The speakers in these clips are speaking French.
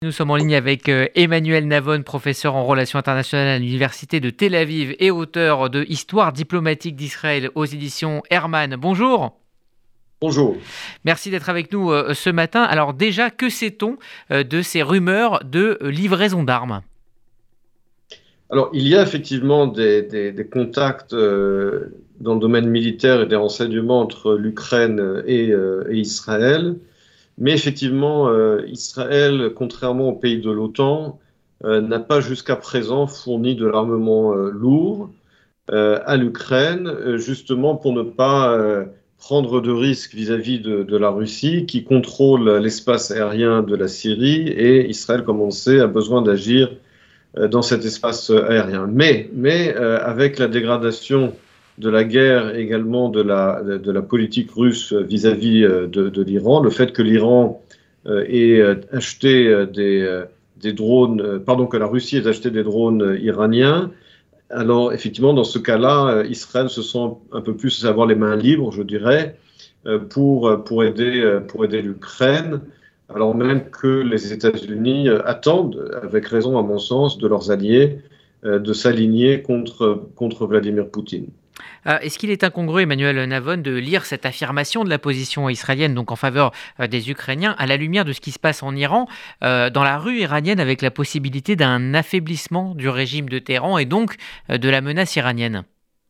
Nous sommes en ligne avec Emmanuel Navon, professeur en relations internationales à l'université de Tel Aviv et auteur de Histoire diplomatique d'Israël aux éditions Hermann. Bonjour. Bonjour. Merci d'être avec nous ce matin. Alors déjà, que sait-on de ces rumeurs de livraison d'armes? Alors, il y a effectivement des contacts dans le domaine militaire et des renseignements entre l'Ukraine et Israël. Mais effectivement, Israël, contrairement aux pays de l'OTAN, n'a pas jusqu'à présent fourni de l'armement lourd à l'Ukraine, justement pour ne pas prendre de risques vis-à-vis de la Russie, qui contrôle l'espace aérien de la Syrie, et Israël, comme on le sait, a besoin d'agir dans cet espace aérien. Mais avec la dégradation de la guerre, également de la politique russe vis-à-vis de l'Iran, le fait que l'Iran ait acheté des drones, pardon, que la Russie ait acheté des drones iraniens, alors effectivement, dans ce cas-là, Israël se sent un peu plus avoir les mains libres, je dirais, pour aider l'Ukraine, alors même que les États-Unis attendent, avec raison à mon sens, de leurs alliés de s'aligner contre Vladimir Poutine. Est-ce qu'il est incongru, Emmanuel Navon, de lire cette affirmation de la position israélienne, donc en faveur des Ukrainiens, à la lumière de ce qui se passe en Iran, dans la rue iranienne, avec la possibilité d'un affaiblissement du régime de Téhéran et donc de la menace iranienne?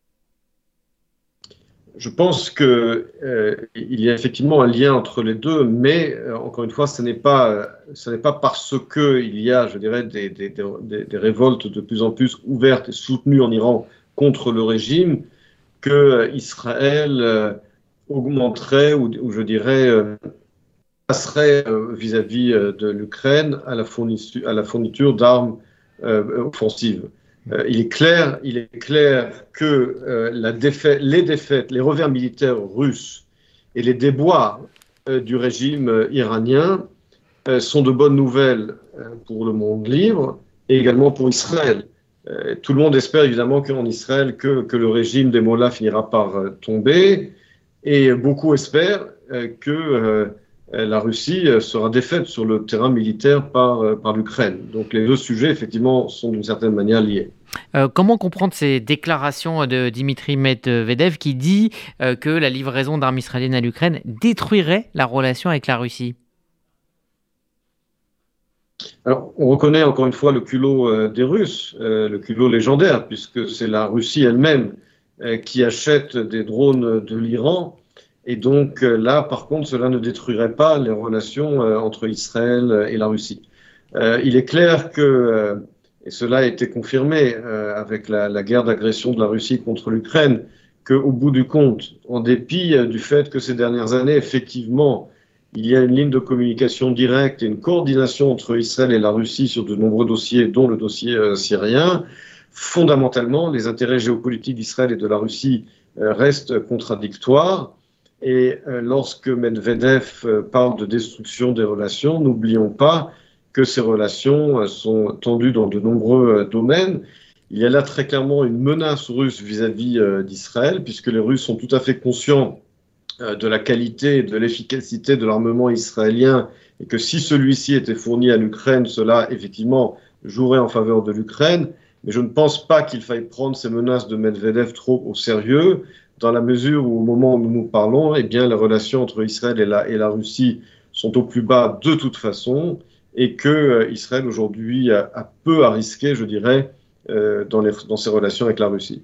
Je pense qu'il y a effectivement un lien entre les deux, mais encore une fois, ce n'est pas parce qu'il y a, je dirais, des révoltes de plus en plus ouvertes et soutenues en Iran contre le régime que Israël augmenterait ou je dirais passerait vis-à-vis de l'Ukraine à à la fourniture d'armes offensives. Il est clair que les défaites, les revers militaires russes et les déboires du régime iranien sont de bonnes nouvelles pour le monde libre et également pour Israël. Tout le monde espère évidemment qu'en Israël, que le régime des mollahs finira par tomber, et beaucoup espèrent que la Russie sera défaite sur le terrain militaire par l'Ukraine. Donc les deux sujets, effectivement, sont d'une certaine manière liés. Comment comprendre ces déclarations de Dimitri Medvedev qui dit que la livraison d'armes israéliennes à l'Ukraine détruirait la relation avec la Russie? Alors, on reconnaît encore une fois le culot des Russes, le culot légendaire, puisque c'est la Russie elle-même qui achète des drones de l'Iran. Et donc là, par contre, cela ne détruirait pas les relations entre Israël et la Russie. Il est clair que, et cela a été confirmé avec la guerre d'agression de la Russie contre l'Ukraine, qu'au bout du compte, en dépit du fait que ces dernières années, effectivement, il y a une ligne de communication directe et une coordination entre Israël et la Russie sur de nombreux dossiers, dont le dossier syrien. Fondamentalement, les intérêts géopolitiques d'Israël et de la Russie restent contradictoires. Et lorsque Medvedev parle de destruction des relations, n'oublions pas que ces relations sont tendues dans de nombreux domaines. Il y a là très clairement une menace russe vis-à-vis d'Israël, puisque les Russes sont tout à fait conscients de la qualité et de l'efficacité de l'armement israélien, et que si celui-ci était fourni à l'Ukraine, cela effectivement jouerait en faveur de l'Ukraine. Mais je ne pense pas qu'il faille prendre ces menaces de Medvedev trop au sérieux, dans la mesure où au moment où nous nous parlons, eh bien, les relations entre Israël et la Russie sont au plus bas de toute façon, et que Israël aujourd'hui a peu à risquer, je dirais, dans ses relations avec la Russie.